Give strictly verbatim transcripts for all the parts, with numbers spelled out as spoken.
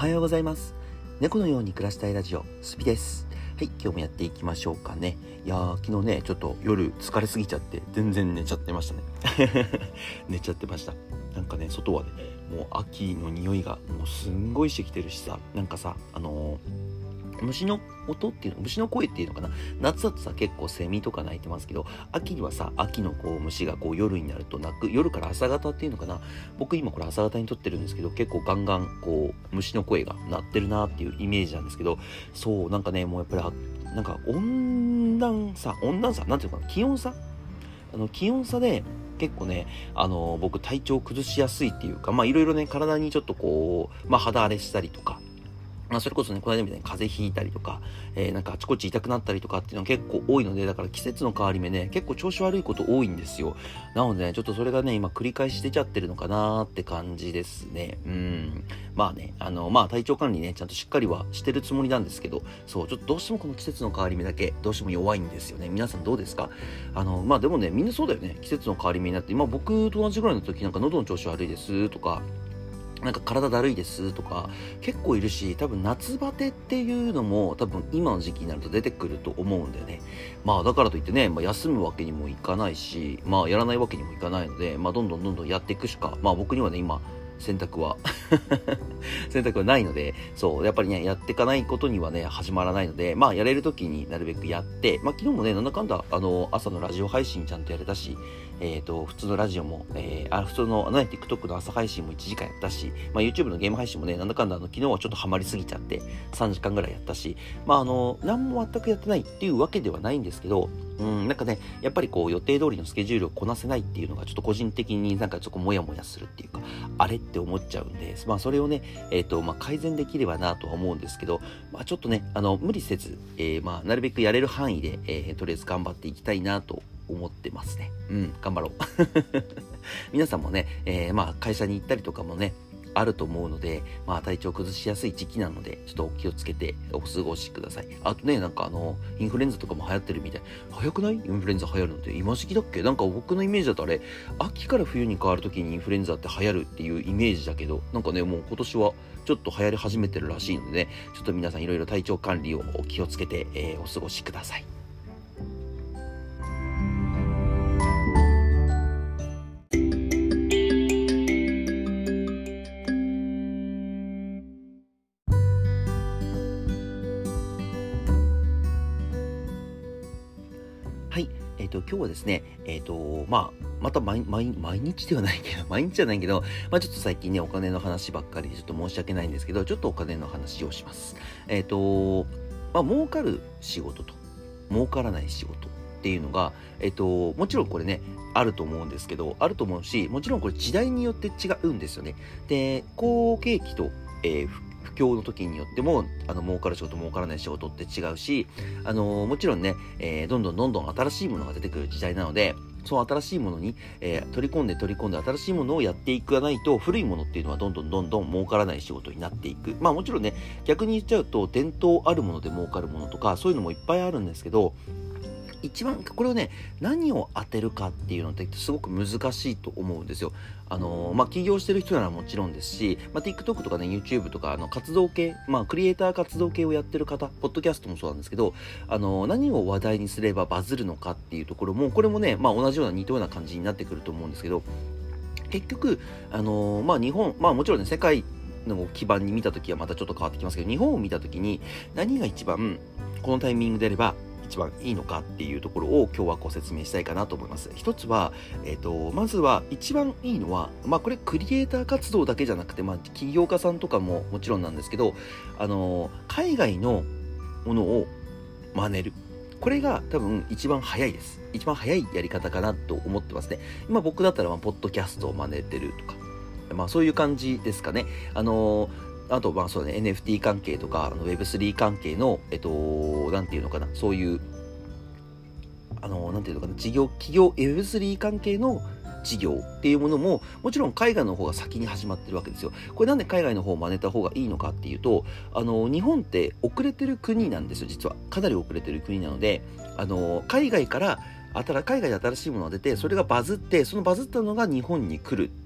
はようございます。猫のように暮らしたいラジオ、スピです。はい、今日もやっていきましょうかね。いやー、昨日ね、ちょっと夜疲れすぎちゃって全然寝ちゃってましたね寝ちゃってました。なんかね、外はね、もう秋の匂いがもうすんごいしてきてるしさ、なんかさ、あのー虫の音っていうの、虫の声っていうのかな。夏だとさ、結構セミとか鳴いてますけど、秋にはさ、秋のこう虫がこう夜になると鳴く、夜から朝方っていうのかな。僕今これ朝方に撮ってるんですけど、結構ガンガンこう虫の声が鳴ってるなっていうイメージなんですけど、そうなんかね、もうやっぱりなんか温暖差、温暖差なんていうのかな、気温差、あの気温差で結構ね、あの僕体調崩しやすいっていうか、まあいろいろね、体にちょっとこう、まあ肌荒れしたりとか。まあ、それこそね、この間みたいに風邪ひいたりとか、えー、なんかあちこち痛くなったりとかっていうのが結構多いので、だから季節の変わり目ね、結構調子悪いこと多いんですよ。なのでね、ちょっとそれがね、今繰り返し出ちゃってるのかなーって感じですね。うん。まあね、あの、まあ体調管理ね、ちゃんとしっかりはしてるつもりなんですけど、そう、ちょっとどうしてもこの季節の変わり目だけ、どうしても弱いんですよね。皆さんどうですか？あの、まあでもね、みんなそうだよね。季節の変わり目になって、まあ僕と同じぐらいの時なんか喉の調子悪いですとか、なんか体だるいですとか結構いるし、多分夏バテっていうのも多分今の時期になると出てくると思うんだよね。まあだからといってね、まあ、休むわけにもいかないし、まあやらないわけにもいかないので、まあどんどんどんどんやっていくしか、まあ僕にはね今選択は選択はないので、そうやっぱりねやっていかないことにはね始まらないので、まあやれる時になるべくやって、まあ昨日もねなんだかんだあの朝のラジオ配信ちゃんとやれたし、えっと普通のラジオも、えー、あ普通のね TikTok の朝配信もいちじかんやったし、まあ YouTube のゲーム配信もねなんだかんだあの昨日はちょっとハマりすぎちゃってさんじかんぐらいやったし、まああの何も全くやってないっていうわけではないんですけど、うんなんかねやっぱりこう予定通りのスケジュールをこなせないっていうのがちょっと個人的になんかちょっとモヤモヤするっていうか、あれって思っちゃうんで、まあそれをねえっとまあ改善できればなとは思うんですけど、まあちょっとねあの無理せず、えー、まあなるべくやれる範囲で、えー、とりあえず頑張っていきたいなと思ってますね。うん、頑張ろう。皆さんもね、えー、まあ会社に行ったりとかもね、あると思うので、まあ体調崩しやすい時期なので、ちょっとお気をつけてお過ごしください。あとね、なんかあの、インフルエンザとかも流行ってるみたい。早くない？インフルエンザ流行るのって今時期だっけ？なんか僕のイメージだとあれ、秋から冬に変わる時にインフルエンザって流行るっていうイメージだけど、なんかね、もう今年はちょっと流行り始めてるらしいので、ね、ちょっと皆さんいろいろ体調管理をお気をつけて、えー、お過ごしください。はい、えっと、今日はですね、えっと、まあ、また毎、毎、毎日ではないけど、毎日じゃないけど、まあちょっと最近ね、お金の話ばっかりでちょっと申し訳ないんですけど、ちょっとお金の話をします。えっと、まあ、儲かる仕事と、儲からない仕事っていうのが、えっと、もちろんこれね、あると思うんですけど、あると思うし、もちろんこれ時代によって違うんですよね。で、好景気と、えー不況の時によってもあの儲かる仕事儲からない仕事って違うし、あのー、もちろんね、えー、どんどんどんどん新しいものが出てくる時代なので、その新しいものに、えー、取り込んで取り込んで新しいものをやっていかないと古いものっていうのはどんどんどんどん儲からない仕事になっていく。まあもちろんね逆に言っちゃうと伝統あるもので儲かるものとかそういうのもいっぱいあるんですけど、一番これをね何を当てるかっていうのってすごく難しいと思うんですよ。あのー、まあ起業してる人ならもちろんですし、まあ、TikTok とかね YouTube とかあの活動系、まあクリエイター活動系をやってる方、ポッドキャストもそうなんですけど、あのー、何を話題にすればバズるのかっていうところもこれもねまあ同じような似たような感じになってくると思うんですけど、結局あのー、まあ日本、まあもちろんね世界の基盤に見たときはまたちょっと変わってきますけど、日本を見たときに何が一番このタイミングであれば一番いいのかっていうところを今日はご説明したいかなと思います。一つは、えっと、まずは一番いいのは、まあこれクリエイター活動だけじゃなくて、まあ起業家さんとかももちろんなんですけど、あの、海外のものを真似る。これが多分一番早いです。一番早いやり方かなと思ってますね。今僕だったら、まあ、ポッドキャストを真似てるとか、まあそういう感じですかね。あのあと、まあそうね、エヌエフティー 関係とか、あの ウェブスリー 関係の、えっと、なんていうのかな、そういう、あの、なんていうのかな、事業、企業、ウェブスリー 関係の事業っていうものも、もちろん海外の方が先に始まってるわけですよ。これなんで海外の方を真似た方がいいのかっていうと、あの、日本って遅れてる国なんですよ、実は。かなり遅れてる国なので、あの、海外から、海外で新しいものが出て、それがバズって、そのバズったのが日本に来るっ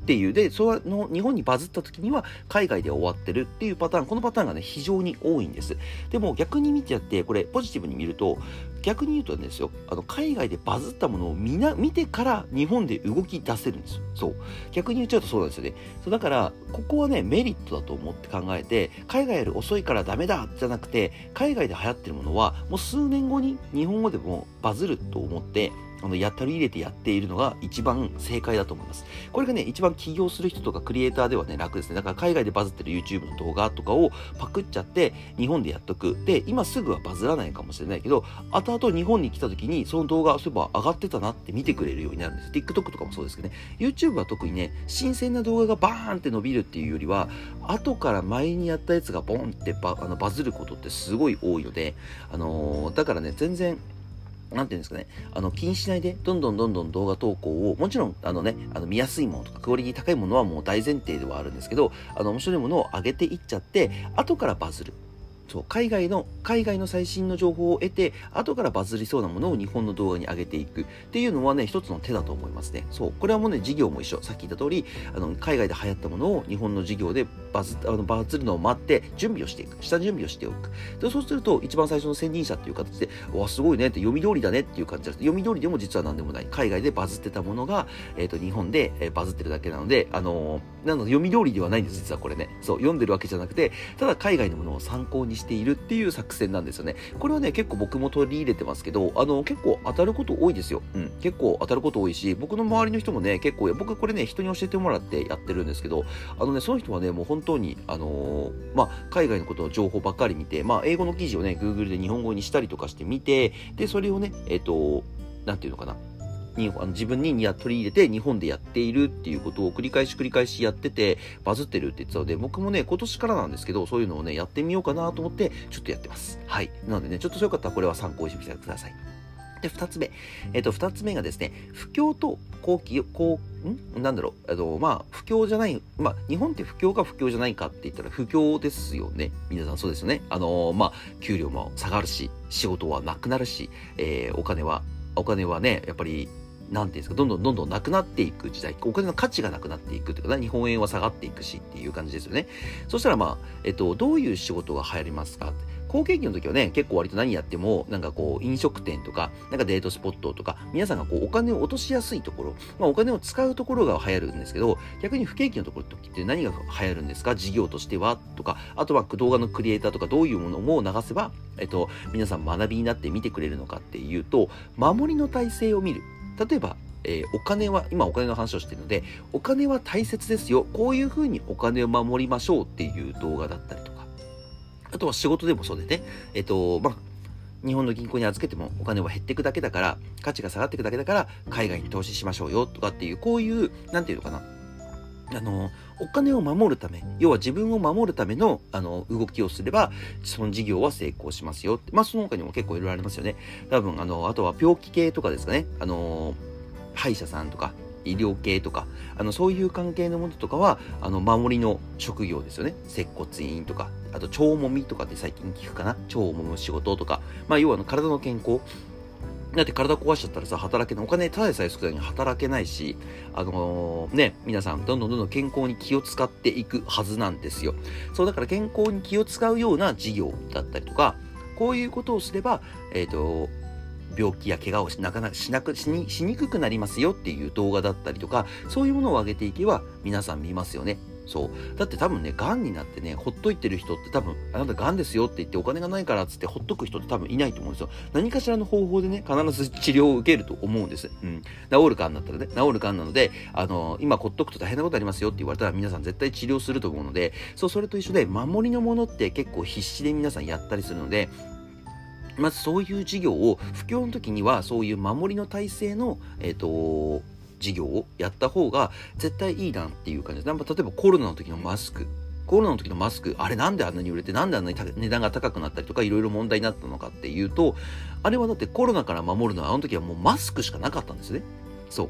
っていうで、その日本にバズった時には海外で終わってるっていうパターン、このパターンがね非常に多いんです。でも逆に見てやって、これポジティブに見ると、逆に言うとですよ、あの海外でバズったものを見な見てから日本で動き出せるんですよ。そう逆に言っちゃうとそうなんですよね。そうだからここはねメリットだと思って考えて、海外より遅いからダメだじゃなくて、海外で流行ってるものはもう数年後に日本語でもバズると思ってあのやったり入れてやっているのが一番正解だと思います。これがね一番起業する人とかクリエイターではね楽ですね。だから海外でバズってる YouTube の動画とかをパクっちゃって日本でやっとく。で今すぐはバズらないかもしれないけど、後々日本に来た時にその動画そういえば上がってたなって見てくれるようになるんです。 TikTok とかもそうですけどね、 YouTube は特にね新鮮な動画がバーンって伸びるっていうよりは、後から前にやったやつがボンってバあのバズることってすごい多いので、あのー、だからね全然なんていうんですかね、あの気にしないでどんどんどんどん動画投稿を、もちろんあのねあの見やすいものとかクオリティ高いものはもう大前提ではあるんですけど、あの面白いものを上げていっちゃって後からバズる。そう海外の海外の最新の情報を得て後からバズりそうなものを日本の動画に上げていくっていうのはね一つの手だと思いますね。そうこれはもうね事業も一緒、さっき言った通りあの海外で流行ったものを日本の事業でバズあのバズるのを待って準備をしていく、下準備をしておく。でそうすると一番最初の先人者っていう形でわすごいねって読み通りだねっていう感じです。読み通りでも実は何でもない、海外でバズってたものが、えー、と日本で、えー、バズってるだけなので、あのー、なので読み通りではないんです。実はこれねそう読んでるわけじゃなくて、ただ海外のものを参考にしているっていう作戦なんですよね。これはね結構僕も取り入れてますけど、あの結構当たること多いですよ。うん、結構当たること多いし、僕の周りの人もね結構、僕これね人に教えてもらってやってるんですけど、あのねその人はねもう本当にあのー、まあ海外のことの情報ばっかり見て、まあ英語の記事をね Google で日本語にしたりとかして見て、でそれをねえっとなんていうのかなにあの自分に取り入れて日本でやっているっていうことを繰り返し繰り返しやっててバズってるって言ってたので、僕もね今年からなんですけどそういうのをねやってみようかなと思ってちょっとやってます。はい、なのでねちょっとそういう方はこれは参考にしてみてください。でふたつめ、えっとふたつめがですね、不況と好機こうんなんだろうあのまあ不況じゃない、まあ日本って不況か不況じゃないかって言ったら不況ですよね。皆さんそうですよね。あのまあ給料も下がるし仕事はなくなるし、えー、お金はお金はねやっぱりなんていうんですか、どんどんどんどんなくなっていく時代、お金の価値がなくなっていくというか、日本円は下がっていくしっていう感じですよね。そしたらまあ、えっと、どういう仕事が流行りますかって。好景気の時はね、結構割と何やっても、なんかこう、飲食店とか、なんかデートスポットとか、皆さんがこう、お金を落としやすいところ、まあお金を使うところが流行るんですけど、逆に不景気のところ時って何が流行るんですか、事業としてはとか、あとは動画のクリエイターとかどういうものを流せば、えっと、皆さん学びになって見てくれるのかっていうと、守りの体制を見る。例えば、えー、お金は、今お金の話をしているので、お金は大切ですよ。こういうふうにお金を守りましょうっていう動画だったりとか。あとは仕事でもそうでね、えっと、まあ、日本の銀行に預けてもお金は減っていくだけだから、価値が下がっていくだけだから、海外に投資しましょうよとかっていう、こういう、なんていうのかな。あの、お金を守るため、要は自分を守るための、あの、動きをすれば、その事業は成功しますよって。まあ、その他にも結構いろいろありますよね。多分、あの、あとは病気系とかですかね。あの、歯医者さんとか医療系とかあのそういう関係のものとかはあの守りの職業ですよね。接骨院とかあと腸もみとかって最近聞くかな。腸を揉む仕事とか、まあ要はあの体の健康だって体壊しちゃったらさ働けない、お金ただでさえ少ないのに働けないし、あのー、ね皆さんどんどんどんどん健康に気を使っていくはずなんですよ。そうだから健康に気を使うような事業だったりとか、こういうことをすればえっと病気や怪我をしなかなかしなくしにしにくくなりますよっていう動画だったりとか、そういうものを上げていけば皆さん見ますよね。そうだって多分ね、癌になってねほっといてる人って多分あなた癌ですよって言ってお金がないからっつってほっとく人って多分いないと思うんですよ。何かしらの方法でね必ず治療を受けると思うんです。うん、治る癌だったらね、治る癌なのであの今ほっとくと大変なことありますよって言われたら皆さん絶対治療すると思うので、そうそれと一緒で守りのものって結構必死で皆さんやったりするので。まずそういう事業を不況の時にはそういう守りの体制の、えっと、事業をやった方が絶対いいなっていう感じです。なんか例えばコロナの時のマスク。コロナの時のマスク、あれなんであんなに売れて、なんであんなに値段が高くなったりとかいろいろ問題になったのかっていうと、あれはだってコロナから守るのはあの時はもうマスクしかなかったんですね。そう。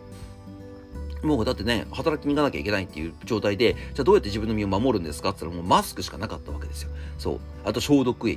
もうだってね、働きに行かなきゃいけないっていう状態で、じゃあどうやって自分の身を守るんですかって言ったらもうマスクしかなかったわけですよ。そう。あと消毒液。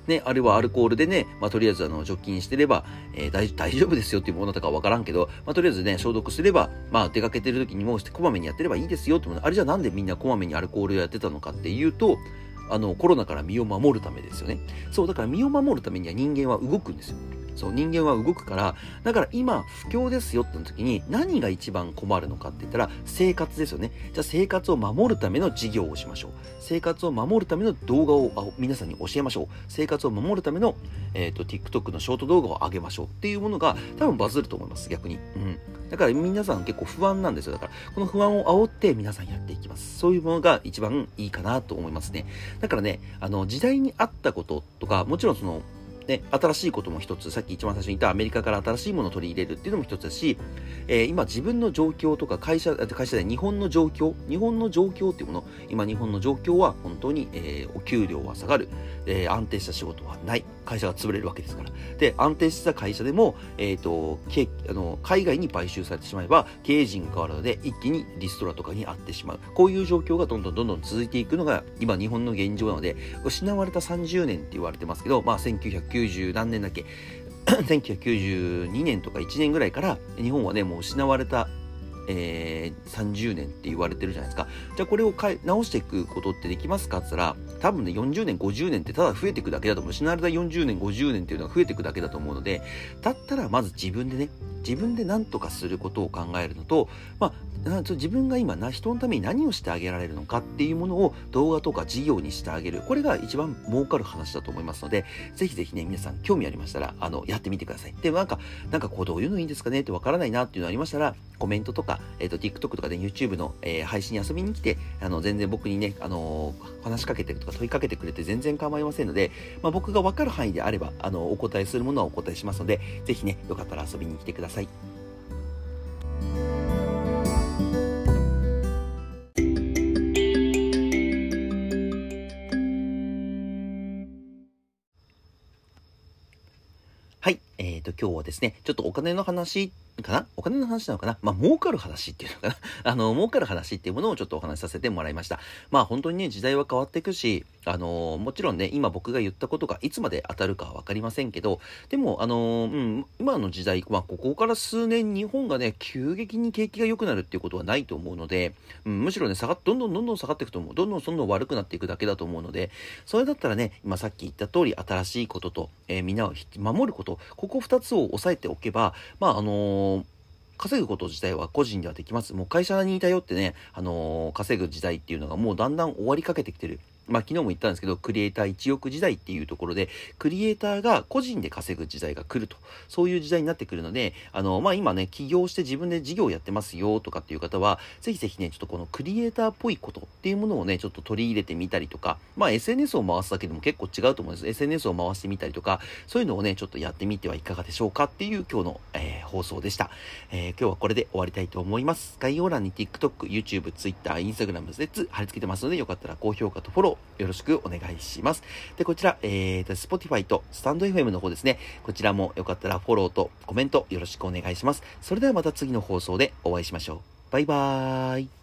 ね、あるいはアルコールでね、まあ、とりあえずあの除菌してれば、えー、大, 大丈夫ですよっていうものだったかわからんけど、まあ、とりあえずね、消毒すれば、まあ、出かけてる時にもこまめにやってればいいですよってもの。あれじゃなんでみんなこまめにアルコールをやってたのかっていうと、あのコロナから身を守るためですよね。そうだから身を守るためには人間は動くんですよ。そう人間は動くから、だから今不況ですよっての時に何が一番困るのかって言ったら生活ですよね。じゃあ生活を守るための事業をしましょう。生活を守るための動画を皆さんに教えましょう。生活を守るための、えーと、TikTok のショート動画を上げましょうっていうものが多分バズると思います、逆に。うん。だから皆さん結構不安なんですよ。だからこの不安を煽って皆さんやっていきます。そういうものが一番いいかなと思いますね。だからね、あの時代に合ったこととか、もちろんそのね、新しいことも一つ、さっき一番最初に言ったアメリカから新しいものを取り入れるっていうのも一つだし、えー、今自分の状況とか会社、会社で日本の状況、日本の状況っていうもの、今日本の状況は本当に、えー、お給料は下がる、えー、安定した仕事はない、会社が潰れるわけですから。で、安定した会社でも、えっと、あの海外に買収されてしまえば、経営陣が変わるので、一気にリストラとかに遭ってしまう。こういう状況がどんどんどんどん続いていくのが、今日本の現状なので、失われたさんじゅうねんって言われてますけど、まあ、せんきゅうひゃくきゅうじゅう何年だっけせんきゅうひゃくきゅうじゅうにねんとかいちねんぐらいから日本はねもう失われた、えー、さんじゅうねんって言われてるじゃないですか。じゃあこれを変え直していくことってできますかって言ったら、多分ねよんじゅうねんごじゅうねんってただ増えていくだけだと思う。失われたよんじゅうねんごじゅうねんっていうのが増えていくだけだと思うので、だったらまず自分でね自分で何とかすることを考えるのと、まあ、自分が今な人のために何をしてあげられるのかっていうものを動画とか事業にしてあげる。これが一番儲かる話だと思いますので、ぜひぜひね皆さん興味ありましたらあのやってみてください。でなんかなんかこうどういうのいいんですかねってわからないなっていうのありましたら、コメントとか、えー、と TikTok とかで YouTube の、えー、配信に遊びに来て、あの全然僕にね、あのー、話しかけてるとか問いかけてくれて全然構いませんので、まあ、僕が分かる範囲であればあのお答えするものはお答えしますので、ぜひねよかったら遊びに来てください。はい。えっと、今日はですね、ちょっとお金の話かなお金の話なのかなまあ、儲かる話っていうのかなあの、儲かる話っていうものをちょっとお話しさせてもらいました。まあ、本当にね、時代は変わっていくし、あのー、もちろんね、今僕が言ったことがいつまで当たるかはわかりませんけど、でも、あのー、うん、今の時代、まあ、ここから数年、日本がね、急激に景気が良くなるっていうことはないと思うので、うん、むしろね、下がっ、どんどんどんどん下がっていくと思う。どんどんどんどん悪くなっていくだけだと思うので、それだったらね、今さっき言った通り、新しいことと、えー、みんなを守ること、ここふたつを押さえておけば、まあ、あのー、稼ぐこと自体は個人ではできます。もう会社に頼ってね、あのー、稼ぐ時代っていうのがもうだんだん終わりかけてきてる。まあ昨日も言ったんですけど、クリエイターいちおく時代っていうところで、クリエイターが個人で稼ぐ時代が来ると。そういう時代になってくるので、あの、まあ今ね、起業して自分で事業やってますよとかっていう方は、ぜひぜひね、ちょっとこのクリエイターっぽいことっていうものをね、ちょっと取り入れてみたりとか、まあ エスエヌエス を回すだけでも結構違うと思うんです。エスエヌエス を回してみたりとか、そういうのをね、ちょっとやってみてはいかがでしょうかっていう今日の、えー、放送でした。えー、今日はこれで終わりたいと思います。概要欄に TikTok、YouTube、Twitter、Instagram の説貼り付けてますので、よかったら高評価とフォローよろしくお願いします。で、こちら、えーと、Spotify とスタンド エフエム の方ですね。こちらもよかったらフォローとコメントよろしくお願いします。それではまた次の放送でお会いしましょう。バイバーイ。